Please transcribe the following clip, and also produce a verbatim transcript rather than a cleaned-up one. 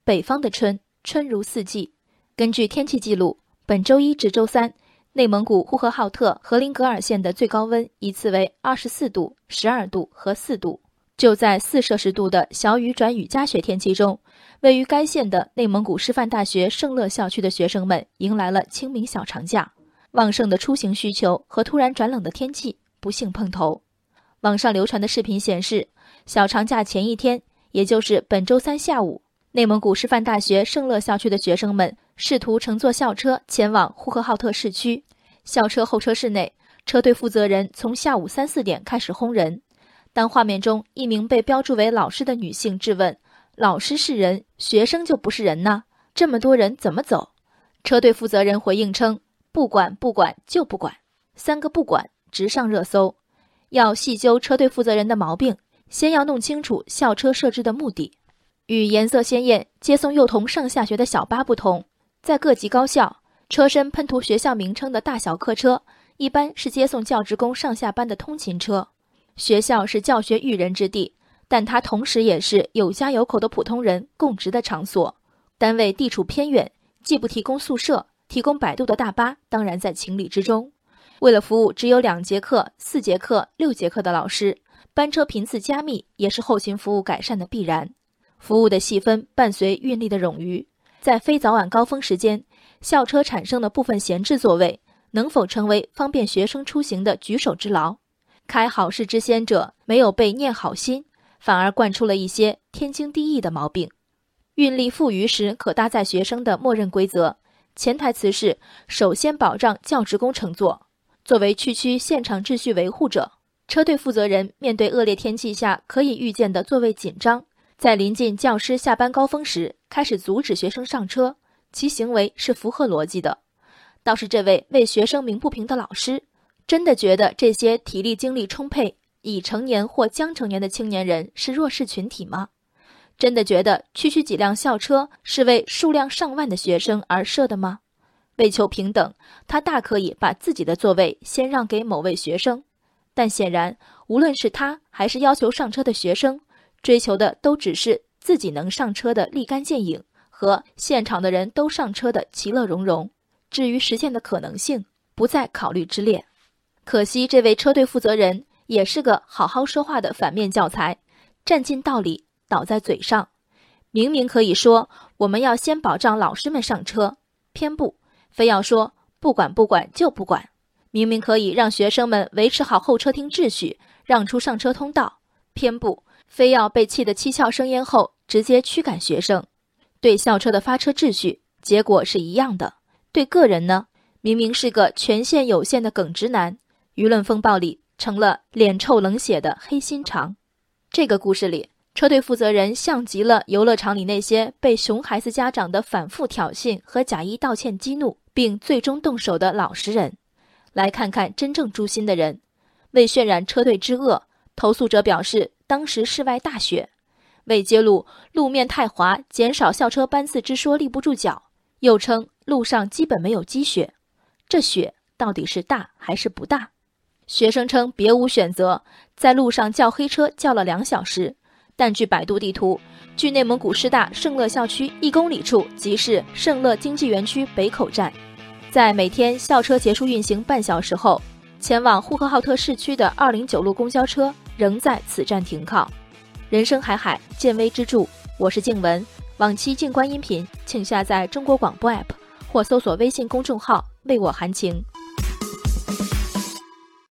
北方的春，春如四季。根据天气记录，本周一至周三，内蒙古呼和浩特和林格尔县的最高温依次为二十四度、十二度和四度。就在四摄氏度的小雨转雨夹雪天气中，位于该县的内蒙古师范大学圣乐校区的学生们迎来了清明小长假。旺盛的出行需求和突然转冷的天气不幸碰头。网上流传的视频显示，小长假前一天，也就是本周三下午，内蒙古师范大学圣乐校区的学生们试图乘坐校车前往呼和浩特市区。校车候车室内，车队负责人从下午三四点开始轰人。当画面中一名被标注为老师的女性质问：“老师是人，学生就不是人呢？这么多人怎么走？”车队负责人回应称：“不管不管就不管，三个不管直上热搜。”要细究车队负责人的毛病，先要弄清楚校车设置的目的。与颜色鲜艳、接送幼童上下学的小巴不同，在各级高校，车身喷涂学校名称的大小客车一般是接送教职工上下班的通勤车。学校是教学育人之地，但它同时也是有家有口的普通人供职的场所。单位地处偏远，既不提供宿舍，提供摆渡的大巴当然在情理之中。为了服务只有两节课、四节课、六节课的老师，班车频次加密也是后勤服务改善的必然。服务的细分伴随运力的冗余，在非早晚高峰时间，校车产生的部分闲置座位能否成为方便学生出行的举手之劳？开好事之先者没有被念好心，反而惯出了一些天经地义的毛病。运力富余时可搭载学生的默认规则，潜台词是首先保障教职工乘坐。作为区区现场秩序维护者，车队负责人面对恶劣天气下可以预见的座位紧张，在临近教师下班高峰时开始阻止学生上车，其行为是符合逻辑的。倒是这位为学生鸣不平的老师，真的觉得这些体力精力充沛、已成年或将成年的青年人是弱势群体吗？真的觉得区区几辆校车是为数量上万的学生而设的吗？为求平等，他大可以把自己的座位先让给某位学生，但显然无论是他还是要求上车的学生，追求的都只是自己能上车的立竿见影和现场的人都上车的其乐融融，至于实现的可能性不在考虑之列。可惜这位车队负责人也是个好好说话的反面教材，占尽道理倒在嘴上。明明可以说我们要先保障老师们上车，偏不，非要说不管不管就不管。明明可以让学生们维持好候车厅秩序，让出上车通道，偏不，非要被气得七窍生烟后直接驱赶学生。对校车的发车秩序，结果是一样的。对个人呢，明明是个权限有限的耿直男，舆论风暴里成了脸臭冷血的黑心肠。这个故事里，车队负责人像极了游乐场里那些被熊孩子家长的反复挑衅和假意道歉激怒，并最终动手的老实人。来看看真正诛心的人。为渲染车队之恶，投诉者表示当时室外大雪。为揭露路面太滑减少校车班次之说立不住脚，又称路上基本没有积雪。这雪到底是大还是不大？学生称别无选择，在路上叫黑车叫了两小时。但据百度地图，距内蒙古师大圣乐校区一公里处即是圣乐经济园区北口站。在每天校车结束运行半小时后，前往呼和浩特市区的二零九路公交车仍在此站停靠。人生海海，见微知著，我是静文。往期静观音频请下载中国广播 A P P 或搜索微信公众号为我含情。